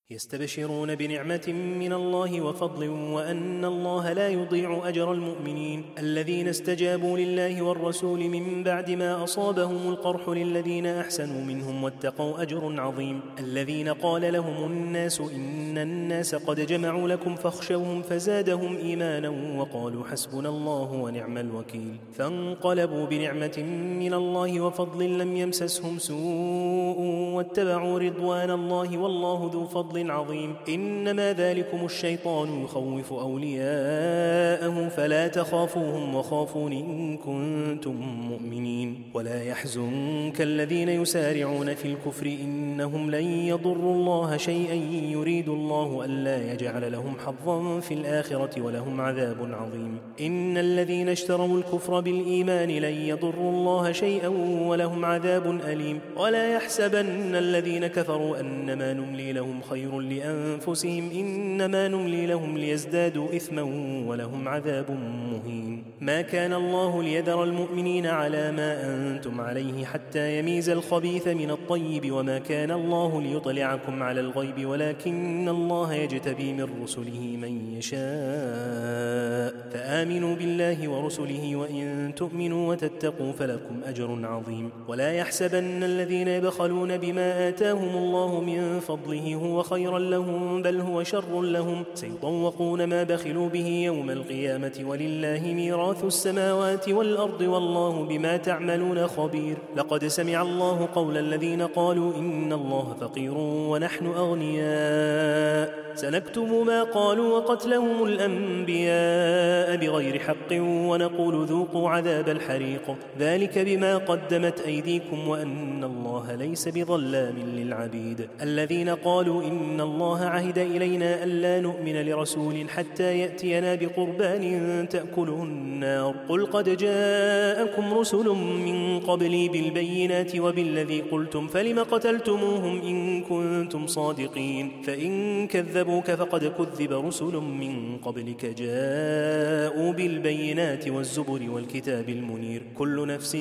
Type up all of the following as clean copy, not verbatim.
يستبشرون بنعمة من الله وفضل وأن الله لا يضيع أجر المؤمنين الذين استجابوا لله والرسول من بعد ما أصابهم القرح للذين أحسنوا منهم واتقوا أجر عظيم. الذين قال لهم الناس إن الناس قد جمعوا لكم فاخشوهم فزادهم إيمانا وقالوا حسبنا الله ونعم الوكيل. فانقلبوا بنعمة من الله وفضل لم يمسسهم سوء واتبعوا رضوان الله والله ذو فضل عظيم. إنما ذلكم الشيطان يخوف أولياءه فلا تخافوهم وخافون إن كنتم مؤمنين. ولا يحزنك الذين يسارعون في الكفر إنهم لن يضروا الله شيئا يريد الله ألا يجعل لهم حظا في الآخرة ولهم عذاب عظيم. إن الذين اشتروا الكفر بالإيمان لن يضروا الله شيئا ولهم عذاب أليم. ولا يحسبن الذين كفروا أنما نملي لهم خير لأنفسهم إنما نملي لهم ليزدادوا إثما ولهم عذاب مهين. ما كان الله ليذر المؤمنين على ما أنتم عليه حتى يميز الخبيث من الطيب وما كان الله ليطلعكم على الغيب ولكن الله يجتبي من رسله من يشاء. فآمنوا بالله ورسله وإن تؤمنوا وتتقوا فلكم أجر عظيم. ولا يحسبن الذين يبخلون بما آتاهم الله من فضله هو خيرا لهم بل هو شر لهم سيطوقون ما بخلوا به يوم القيامة ولله ميراث السماوات والأرض والله بما تعملون خبير. لقد سمع الله قول الذين قالوا إن الله فقير ونحن أغنياء سنكتب ما قالوا وقتلهم الأنبياء بغير حق ونقول ذوقوا عذاب الحريق ذلك بما قدمت أيديكم وأن الله ليس بظلام للعبيد. الذين قالوا إن الله عهد إلينا ألا نؤمن لرسول حتى يأتينا بقربان تأكله النار قل قد جاءكم رسل من قبلي بالبينات وبالذي قلتم فلم قتلتموهم إن كنتم صادقين. فإن كذبوك فقد كذب رسل من قبلك جاءوا بالبينات والزبر والكتاب المنير كل نفس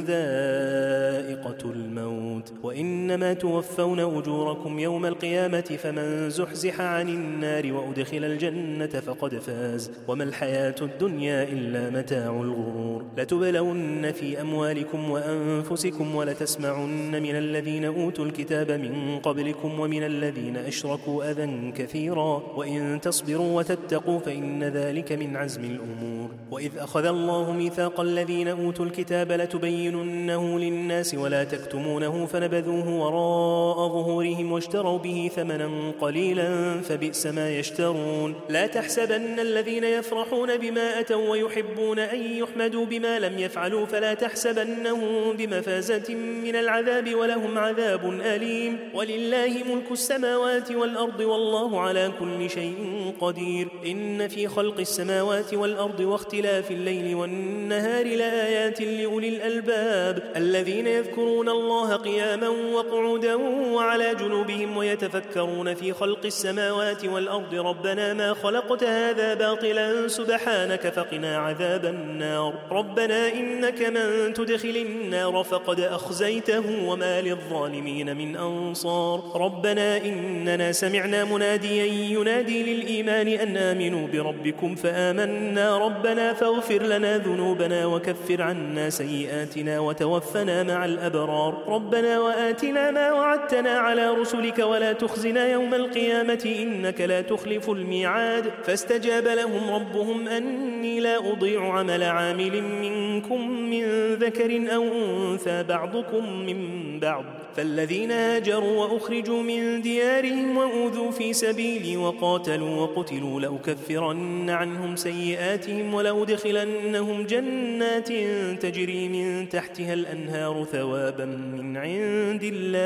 ذائقة الموت وإنما توفون أجوركم يوم القيامة فمن زحزح عن النار وأدخل الجنة فقد فاز وما الحياة الدنيا إلا متاع الغرور. لتبلون في أموالكم وأنفسكم ولتسمعن من الذين أوتوا الكتاب من قبلكم ومن الذين أشركوا أذى كثيرا وإن تصبروا وتتقوا فإن ذلك من عزم الأمور. وإذ أخذ الله ميثاق الذين أوتوا الكتاب لتبيننه للناس ولا تكتمونه فنبذوه وراء ظهورهم واشتروا به ثمنا قليلا فبئس ما يشترون. لا تحسبن الذين يفرحون بما أتوا ويحبون أن يحمدوا بما لم يفعلوا فلا تحسبنه بمفازة من العذاب ولهم عذاب أليم. ولله ملك السماوات والأرض والله على كل شيء قدير. إن في خلق السماوات والأرض واختلاف الليل والنهار لآيات لأولي الألباب الذين يذكرون الله قياما وقعودا وعلى جنوبهم ويتفكرون في خلق السماوات والأرض ربنا ما خلقت هذا باطلا سبحانك فقنا عذاب النار. ربنا إنك من تدخل النار فقد أخزيته وما للظالمين من أنصار. ربنا إننا سمعنا مناديا ينادي للإيمان أن آمنوا بربكم فآمنا ربنا فاغفر لنا ذنوبنا وكفر عنا سيئاتنا وتوفنا مع الأبرار. ربنا وآتنا ما وعدتنا على رسلك ولا تخزنا يوم القيامة إنك لا تخلف الميعاد. فاستجاب لهم ربهم أني لا أضيع عمل عامل منكم من ذكر أو أنثى بعضكم من بعض فالذين هاجروا وأخرجوا من ديارهم وأوذوا في سبيلي وقاتلوا وقتلوا لأكفرن عنهم سيئاتهم ولأدخلنهم جنات تجري من تحتها الأنهار ثوابا من عند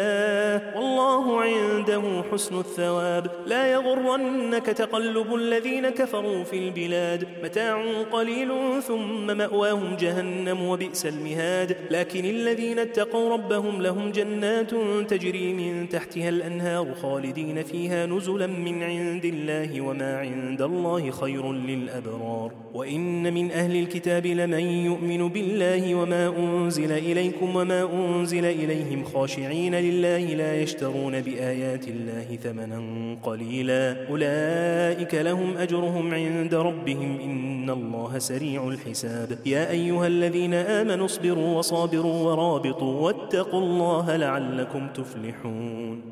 الله والله عنده حسن الثواب. لا يغرنك تقلب الذين كفروا في البلاد متاع قليل ثم مأواهم جهنم وبئس المهاد. لكن الذين اتقوا ربهم لهم جنات تجري من تحتها الأنهار خالدين فيها نزلا من عند الله وما عند الله خير للأبرار. وإن من أهل الكتاب لمن يؤمن بالله وما أنزل إليكم وما أنزل إليهم خاشعين لله لا يشترون بآيات الله الله ثمنا قليلا أولئك لهم أجرهم عند ربهم إن الله سريع الحساب يا أيها الذين آمنوا اصبروا وصابروا ورابطوا واتقوا الله لعلكم تفلحون.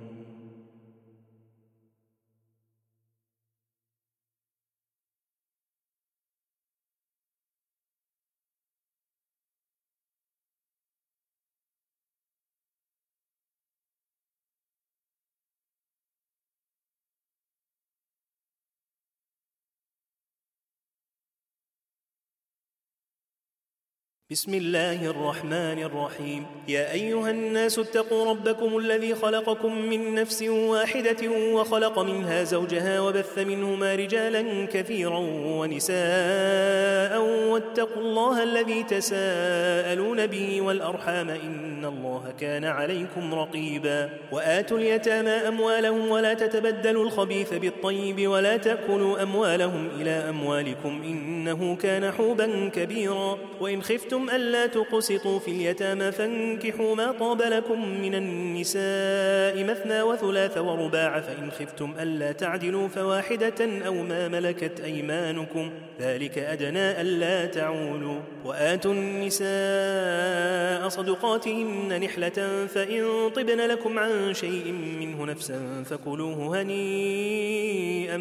بسم الله الرحمن الرحيم يا أيها الناس اتقوا ربكم الذي خلقكم من نفس واحدة وخلق منها زوجها وبث منهما رجالا كثيرا ونساء واتقوا الله الذي تساءلون به والأرحام إن الله كان عليكم رقيبا وآتوا اليتامى أموالهم ولا تتبدلوا الخبيث بالطيب ولا تأكلوا أموالهم إلى أموالكم إنه كان حوبا كبيرا وإن خفتم ألا تقسطوا في اليتامى فانكحوا ما طاب لكم من النساء مثنى وثلاث ورباع فإن خفتم ألا تعدلوا فواحدة أو ما ملكت أيمانكم ذلك أدنى ألا تعولوا وآتوا النساء صدقاتهن نحلة فإن طبن لكم عن شيء منه نفسا فكلوه هنيئا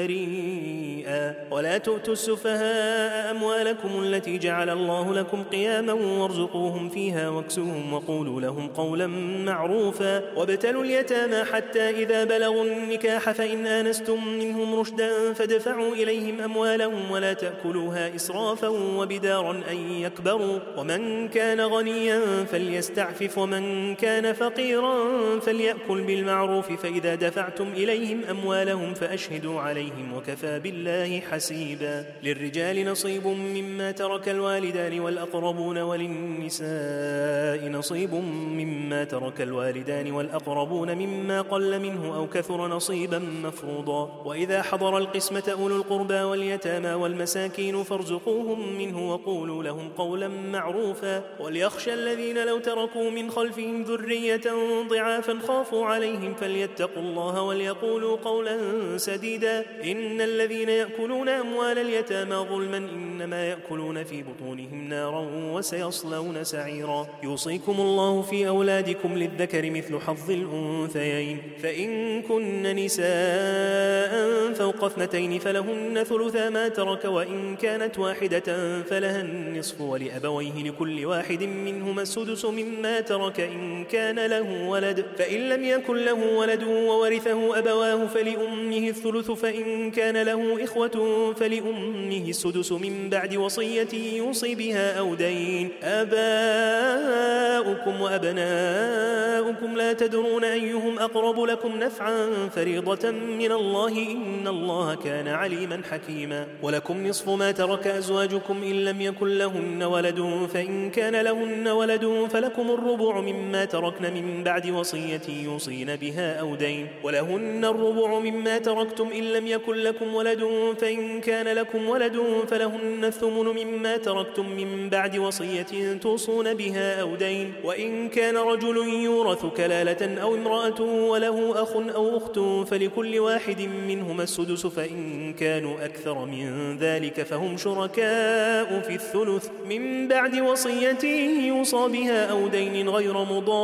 مريئا ولا تؤتوا السفهاء أموالكم التي جعل الله لكم قياما وارزقوهم فيها واكسوهم وقولوا لهم قولا معروفا وابتلوا اليتامى حتى إذا بلغوا النكاح فإن آنستم منهم رشدا فادفعوا إليهم أموالهم ولا تأكلوها إسرافا وبدارا أن يكبروا ومن كان غنيا فليستعفف ومن كان فقيرا فليأكل بالمعروف فإذا دفعتم إليهم أموالهم فأشهدوا عليهم وكفى بالله حسيبا للرجال نصيب مما ترك الوالدان والأقربون وللنساء نصيب مما ترك الوالدان والأقربون مما قل منه أو كثر نصيبا مفروضا وإذا حضر القسمة أولو القربى واليتامى والمساكين فارزقوهم منه وقولوا لهم قولا معروفا وليخشى الذين لو تركوا من خلفهم ذرية ضعافا خافوا عليهم فليتقوا الله وليقولوا قولا سديدا إن الذين يأكلون أموال اليتامى ظلما إنما يأكلون في بطونهم نارا وسيصلون سعيرا يوصيكم الله في أولادكم للذكر مثل حظ الأنثيين فإن كن نساء فوق 2 فلهن ثلثا ما ترك وإن كانت واحدة فلها النصف ولأبويه لكل واحد منهما السدس مما ترك إن كان له ولد فإن لم يكن له ولد وورثه أبواه فلأمه الثلث فإن كان له إخوة فلأمه السدس من بعد وصية يوصي بها أو دين آباؤكم وأبناؤكم لا تدرون أيهم أقرب لكم نفعا فريضة من الله إن الله كان عليما حكيما ولكم نصف ما ترك أزواجكم إن لم يكن لهن ولد فإن كان لهن ولد فلكم الربع مما تركن من بعد وصية يوصين بها أو دين ولهن الربع مما تركتم إن لم يكن لكم ولد فإن كان لكم ولد فلهن الثمن مما تركتم من بعد وصية توصون بها أو دين وإن كان رجل يورث كلالة أو امرأة وله أخ أو أخت فلكل واحد منهما السدس فإن كانوا أكثر من ذلك فهم شركاء في الثلث من بعد وصية يوصى بها أو دين غير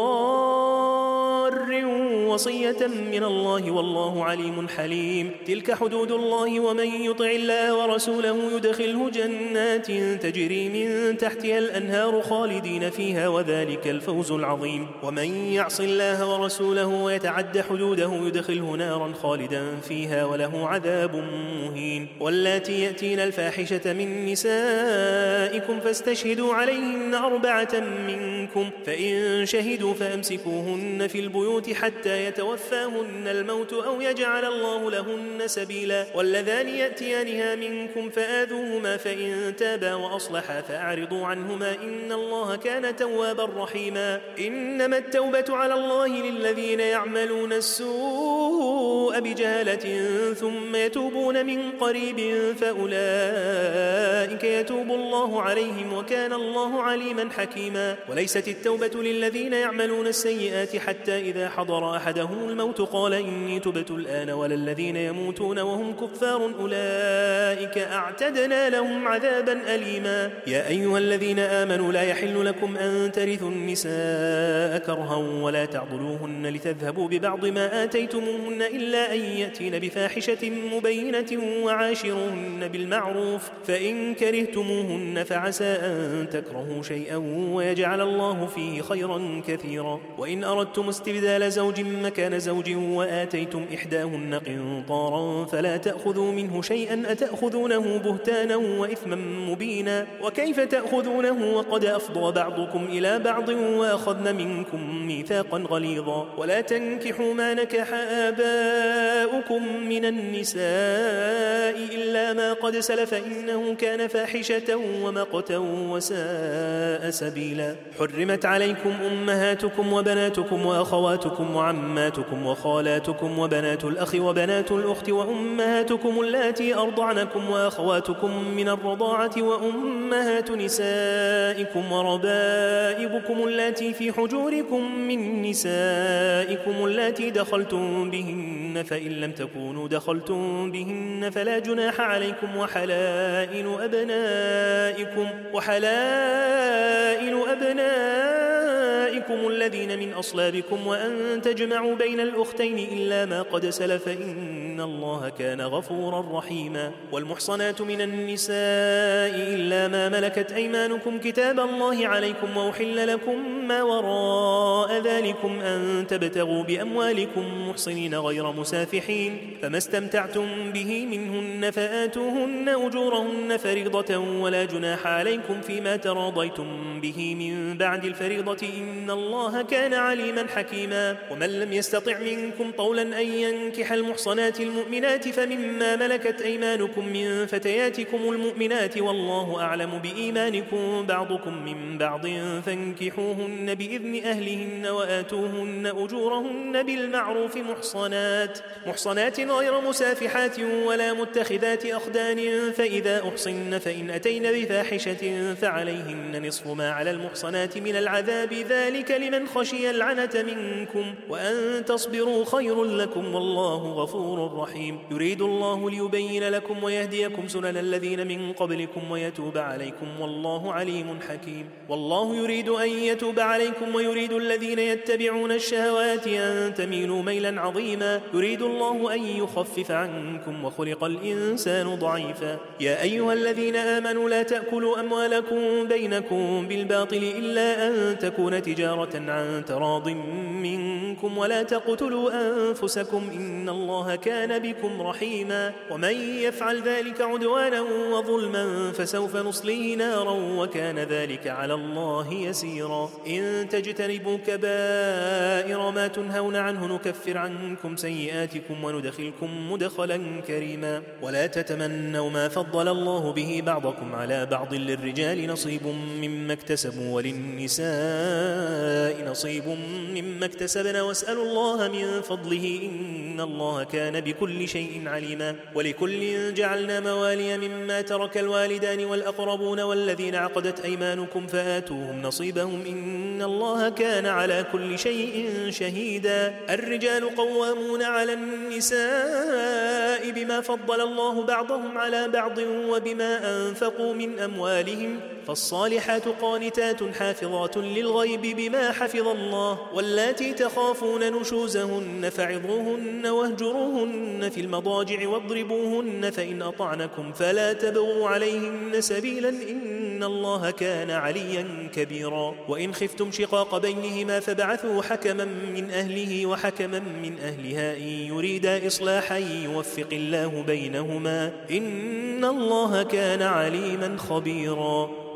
مضار وصية من الله والله عليم حليم تلك حدود الله ومن يطع الله ورسوله يدخله جنات تجري من تحتها الأنهار خالدين فيها وذلك الفوز العظيم ومن يعص الله ورسوله ويتعد حدوده يدخله نارا خالدا فيها وله عذاب مهين واللاتي يأتين الفاحشة من نسائكم فاستشهدوا عليهن 4 منكم فإن شهدوا فأمسكوهن في البيوت حتى يتوفاهن الموت أو يجعل الله لهن سبيلا واللذان يأتيانها منكم فآذوهما فإن تابا وأصلحا فأعرضوا عنهما إن الله كان توابا رحيما إنما التوبة على الله للذين يعملون السوء بجهالة ثم يتوبون من قريب فأولئك يتوب الله عليهم وكان الله عليما حكيما وليس وليست التوبة للذين يعملون السيئات حتى إذا حضر أحدهم الموت قال إني تبت الآن، ولا الذين يموتون وهم كفار أولئك أعتدنا لهم عذابا أليما. يا أيها الذين آمنوا لا يحل لكم أن ترثوا النساء كرها ولا تعضلوهن لتذهبوا ببعض ما آتيتموهن إلا أن يأتين بفاحشة مبينة وعاشروهن بالمعروف، فإن كرهتموهن فعسى أن تكرهوا شيئا ويجعل الله فيه خيرا كثيرا. وإن أردتم استبدال زوج مكان زوج وآتيتم إحداهن قنطارا فلا تأخذوا منه شيئا أتأخذونه بهتانا وإثما مبينا. وكيف تأخذونه وقد أفضى بعضكم إلى بعض وأخذن منكم ميثاقا غليظا. ولا تنكحوا ما نكح آباؤكم من النساء إلا ما قد سلف إنه كان فاحشة ومقتا وساء سبيلا. حرمت عليكم أمهاتكم وبناتكم وأخواتكم وعماتكم وخالاتكم وبنات الأخ وبنات الأخت وأمهاتكم اللاتي أرضعنكم وأخواتكم من الرضاعة وأمهات نسائكم وربائبكم اللاتي في حجوركم من نسائكم اللاتي دخلتم بهن، فإن لم تكونوا دخلتم بهن فلا جناح عليكم وحلائل أبنائكم الذين من أصلابكم وأن تجمعوا بين الأختين إلا ما قد سلف إن الله كان غفورا رحيما. والمحصنات من النساء إلا ما ملكت أيمانكم كتاب الله عليكم، وأحل لكم ما وراء ذلكم أن تبتغوا بأموالكم محصنين غير مسافحين، فما استمتعتم به منهن فآتوهن أجورهن فريضة، ولا جناح عليكم فيما تراضيتم به من بعد الفريضة إن الله كان عليما حكيما. ومن لم يستطع منكم طولا أن ينكح المحصنات المؤمنات فمما ملكت أيمانكم من فتياتكم المؤمنات، والله أعلم بإيمانكم بعضكم من بعض، فانكحوهن بإذن أهلهن وآتوهن أجورهن بالمعروف محصنات غير مسافحات ولا متخذات أخدان، فإذا أحصن فإن أتين بفاحشة فعليهن نصف ما على المحصنات من العذاب، ذلك لمن خشي العنة منكم، وأن تصبروا خير لكم والله غفور رحيم. يريد الله ليبين لكم ويهديكم سنن الذين من قبلكم ويتوب عليكم والله عليم حكيم. والله يريد أن يتوب عليكم ويريد الذين يتبعون الشهوات أن تميلوا ميلا عظيما. يريد الله أن يخفف عنكم وخلق الإنسان ضعيفا. يا أيها الذين آمنوا لا تأكلوا أموالكم بينكم بالباطل إلا أن تكون تجارة عن تراض منكم، ولا تقتلوا أنفسكم إن الله كان بكم رحيما. ومن يفعل ذلك عدوانا وظلما فسوف نصليه نارا وكان ذلك على الله يسيرا. إن تجتنبوا كبائر ما تنهون عنه نكفر عنكم سيئاتكم وندخلكم مدخلا كريما. ولا تتمنوا ما فضل الله به بعضكم على بعض، للرجال نصيب مما اكتسبوا وللنساء نصيب مما اكتسبن، واسألوا الله من فضله إن الله كان بكل شيء عليما. ولكل جعلنا موالي مما ترك الوالدان والأقربون والذين عقدت أيمانكم فآتوهم نصيبهم إن الله كان على كل شيء شهيدا. الرجال قوامون على النساء بما فضل الله بعضهم على بعض وبما أنفقوا من أموالهم، فالصالحات قانتات حافظات للغيب بما حفظ الله. واللاتي تخافون نشوزهن فعظوهن واهجروهن في المضاجع واضربوهن، فإن أطعنكم فلا تبغوا عليهن سبيلا إن الله كان عليا كبيرا. وإن خفتم شقاق بينهما فابعثوا حكما من أهله وحكما من أهلها إن يريدا إصلاحا يوفق الله بينهما إن الله كان عليما خبيرا.